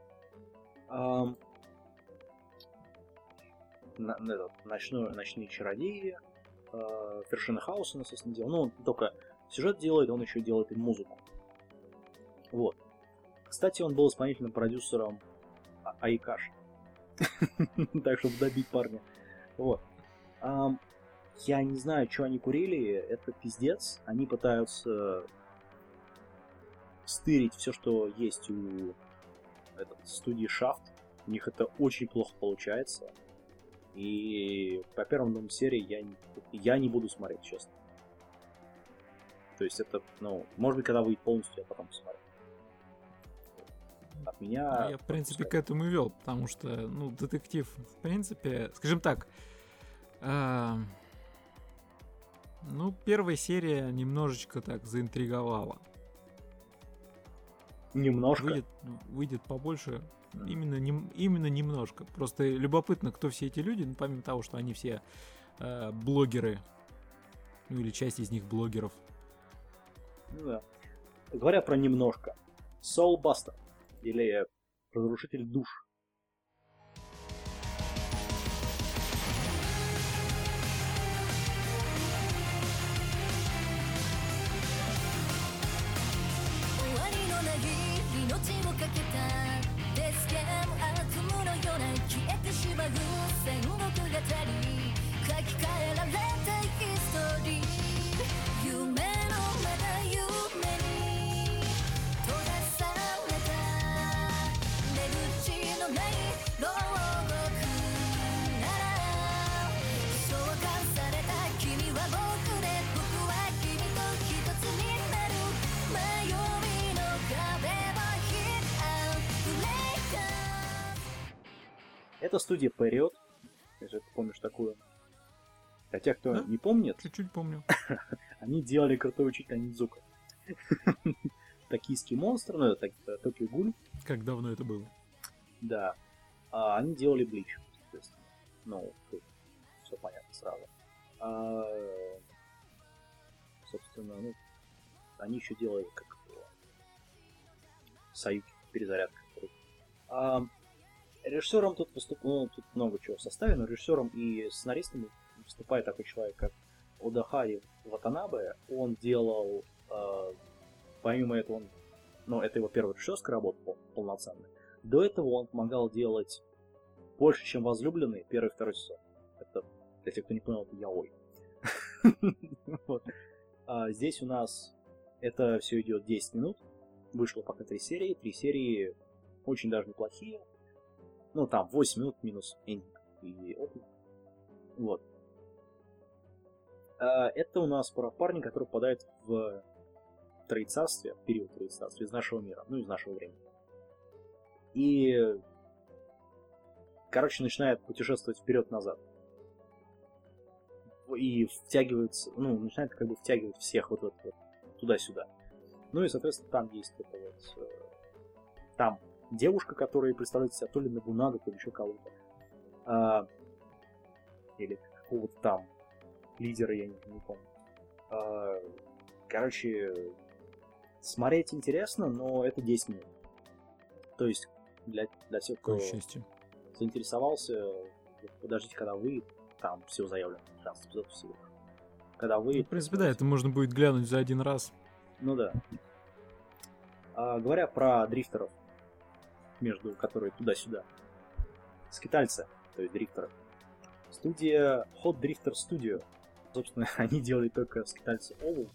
Ночные чародеи, Вершина Хаоса, естественно, делал. Ну, он только сюжет делает, он еще делает и музыку. Вот. Кстати, он был исполнительным продюсером Айкаши. Так, чтобы добить парня. Вот. Я не знаю, что они курили, это пиздец. Они пытаются стырить все, что есть у студии Shaft. У них это очень плохо получается. И по первым двум сериям я не буду смотреть, честно. То есть это, ну, может быть, когда выйдет полностью, я потом посмотрю. От меня... Я, в принципе, к этому и вел, потому что, ну, детектив, в принципе, скажем так, ну, первая серия немножечко так заинтриговала. Немножко? Выйдет побольше. Именно немножко. Просто любопытно, кто все эти люди, ну, помимо того, что они все блогеры, ну или часть из них блогеров. Ну да. Говоря про немножко. Soulbuster или Разрушитель душ. Это студия Period, если ты помнишь такую. Для тех, кто Да? не помнит, Чуть-чуть помню. они делали крутой учитель Нидзука. Токийский монстр, ну это Токио Гуль, Как давно это было? да. А они делали Блич, соответственно. Ну, тут все понятно сразу. Собственно, ну, они еще делали как Саюки перезарядка. Режиссером тут выступал, ну, тут много чего в составе, но режиссером и сценаристом выступает такой человек, как Одахари Ватанабе. Он делал, помимо этого, ну, это его первая режиссерская работа полноценная. До этого он помогал делать «Больше, чем возлюбленный», первый и второй сезон. Это, для тех, кто не понял, это яой. Здесь у нас это все идет 10 минут. Вышло пока 3 серии. 3 серии очень даже неплохие. Ну, там 8 минут минус эндинг и опыт. Вот. Это у нас про парня, который попадает в троецарствие, в период троецарствия из нашего мира, ну, из нашего времени. И, короче, начинает путешествовать вперед-назад. И втягивается, ну, начинает как бы втягивать всех вот туда-сюда. Ну и, соответственно, там есть это вот... Там девушка, которая представляет себя то ли Набунага, то ли еще кого-то. Или какого-то там лидера, я не помню. Короче, смотреть интересно, но это 10 минут. То есть для тех, кто заинтересовался, подождите, когда вы, там все заявлено, 15 эпизодов всего. Когда вы... В принципе, да, это можно будет глянуть за один раз. Ну да. Говоря про дрифтеров, между которые туда-сюда, скитальцы, то есть дрифтеры, студия Hot Drifter Studio, собственно, они делали только скитальцы Олу.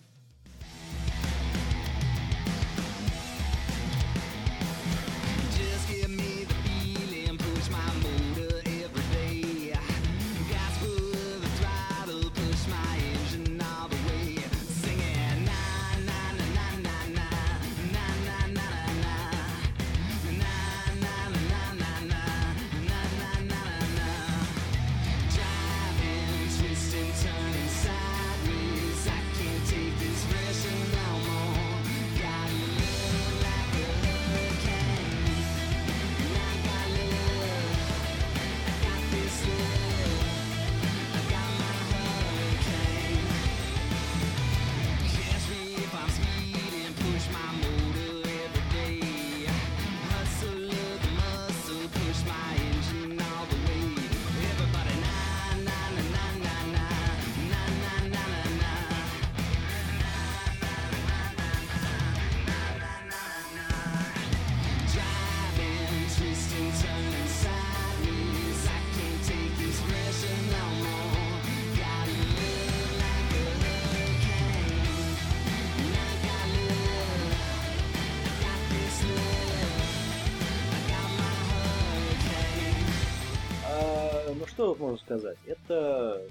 Что можно сказать? Это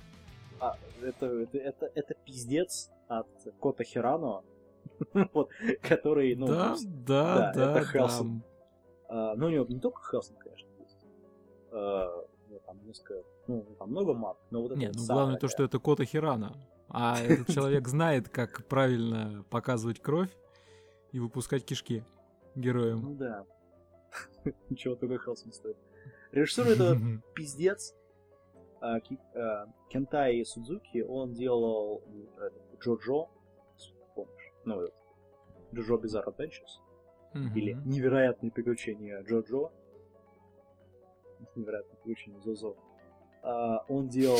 пиздец от Кота Хирано, вот, который, ну, да, это Хелсинг. Ну, у него не только Хелсинг, конечно, есть. Там несколько, ну, там много мат, но вот это нет, вот ну, главное то, что это Кота Хирано, а этот человек знает, как правильно показывать кровь и выпускать кишки героям. Ну да. Ничего, только Хелсинг стоит. Режиссер это пиздец. Кентай Судзуки, он делал Джоджо, помнишь? Ну, это Джоджо Bizarre Adventures. Или Невероятные приключения Джоджо. Невероятные приключения Зозо. Он делал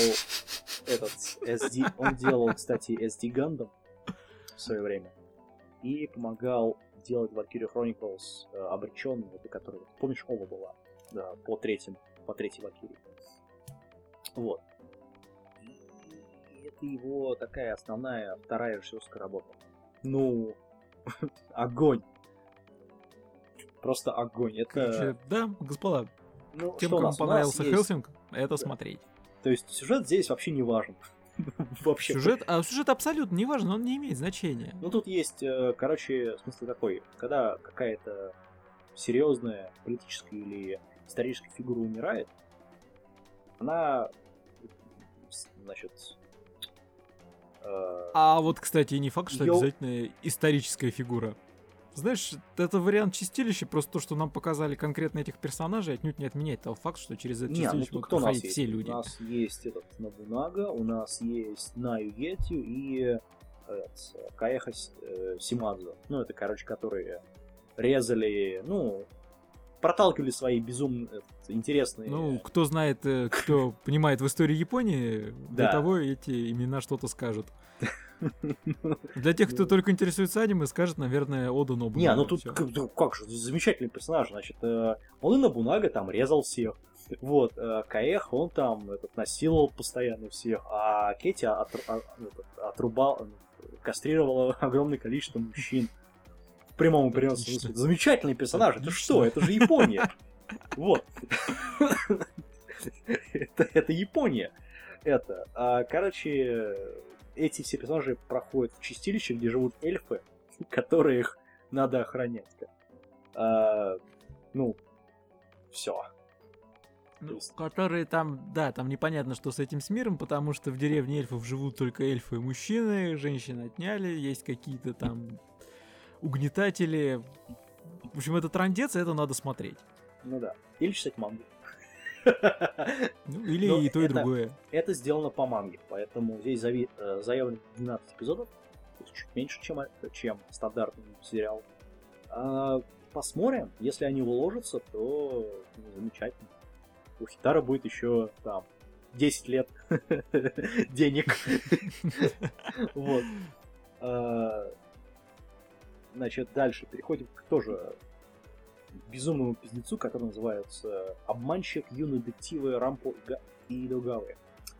он делал, кстати, SD Gundam в свое время. И помогал делать Valkyrie Chronicles обреченную, это который, помнишь, Ова была, да, по третьей Valkyrie. Вот. И это его такая основная, вторая режиссерская работа. Ну, огонь. Просто огонь. Это... Да, господа, ну, тем, кому понравился Хелсинг, это да. Смотреть. То есть сюжет здесь вообще не важен. Вообще. Сюжет абсолютно не важен, он не имеет значения. Ну, тут есть, короче, смысл такой. Когда какая-то серьезная политическая или историческая фигура умирает, Она, значит... А вот, кстати, не факт, что Её- обязательно историческая фигура. Знаешь, это вариант чистилища, просто то, что нам показали конкретно этих персонажей, отнюдь не отменяет того факта, что через это Не, ну чистилище тут могут кто у нас проходить есть? все люди. У нас есть этот Нобунага, у нас есть Наю Етью и Каэха Симадзу. Ну, это, короче, которые резали, ну, проталкивали свои безумно интересные... Ну, кто знает, кто понимает в истории Японии, для Да. того эти имена что-то скажут. Для тех, кто только интересуется аниме, скажет, наверное, Ода Нобунага. Не, ну тут Всё. как же, замечательный персонаж. Значит, он и Нобунага там резал всех. Вот, Каэх, он там насиловал постоянно всех, а Кетти отрубал, кастрировала огромное количество мужчин. В прямом и переносном Отлично. смысле. Замечательный персонаж. Это Отлично. что? Это же Япония. Вот. Это Япония. Короче, эти все персонажи проходят в чистилище, где живут эльфы, которые их надо охранять. Ну, все. Ну, которые там, да, там непонятно, что с этим с миром, потому что в деревне эльфов живут только эльфы и мужчины, женщин отняли, есть какие-то там угнетатели. В общем, это трындец, и это надо смотреть. Ну да. Или читать мангу. Ну, или Но и то, и это- другое. Это сделано по манге, поэтому здесь заявлено 12 эпизодов, то есть чуть меньше, чем стандартный сериал. Посмотрим, если они уложатся, то замечательно. У Хитара будет еще там 10 лет денег. Вот. Значит, дальше переходим к тоже безумному пиздецу, который называется «Обманщик юной детективы Рампо и Догавы».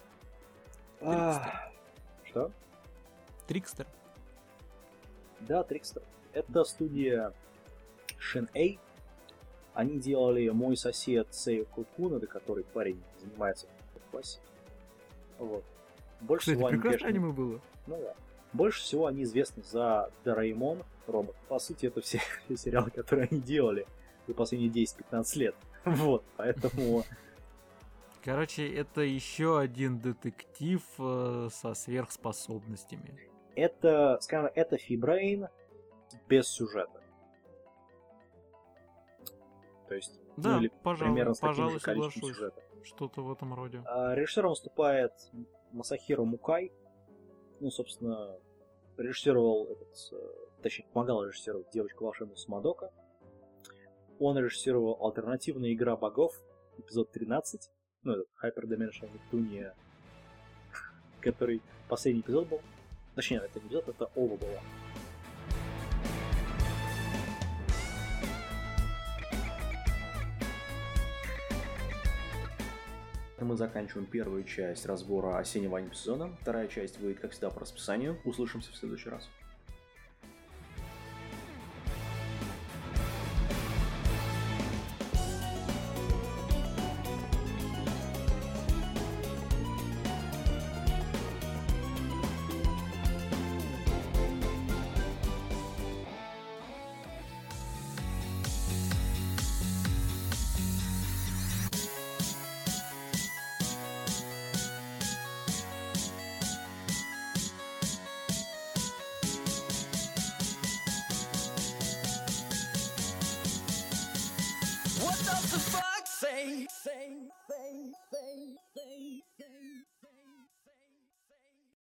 Что? Трикстер. Да, Трикстер. Это студия Shin-A. Они делали «Мой сосед» Сэйо Кукун, это который парень занимается в классе. Вот. Больше Кстати, всего они, прекрасное конечно, аниме было. ну да. Больше всего они известны за Дораэмон робот. По сути, это все сериалы, которые они делали за последние 10-15 лет. Вот, поэтому... Короче, это еще один детектив со сверхспособностями. Это, скажем, это Фибрейн без сюжета. То есть, Да, или пожалуй, примерно с таким пожалуй, же количеством соглашусь. сюжета. Что-то в этом роде. Режиссером выступает Масахиро Мукай. Ну, собственно, режиссировал точнее, помогал режиссировать «Девочку волшебницу Мадока». Он режиссировал «Альтернативная игра богов», эпизод 13. Ну, этот Hyper Dimension Neptunia, который последний эпизод был. Точнее, это не эпизод, это ова было. Мы заканчиваем первую часть разбора осеннего аниме-сезона. Вторая часть выйдет, как всегда, по расписанию. Услышимся в следующий раз. What the fuck?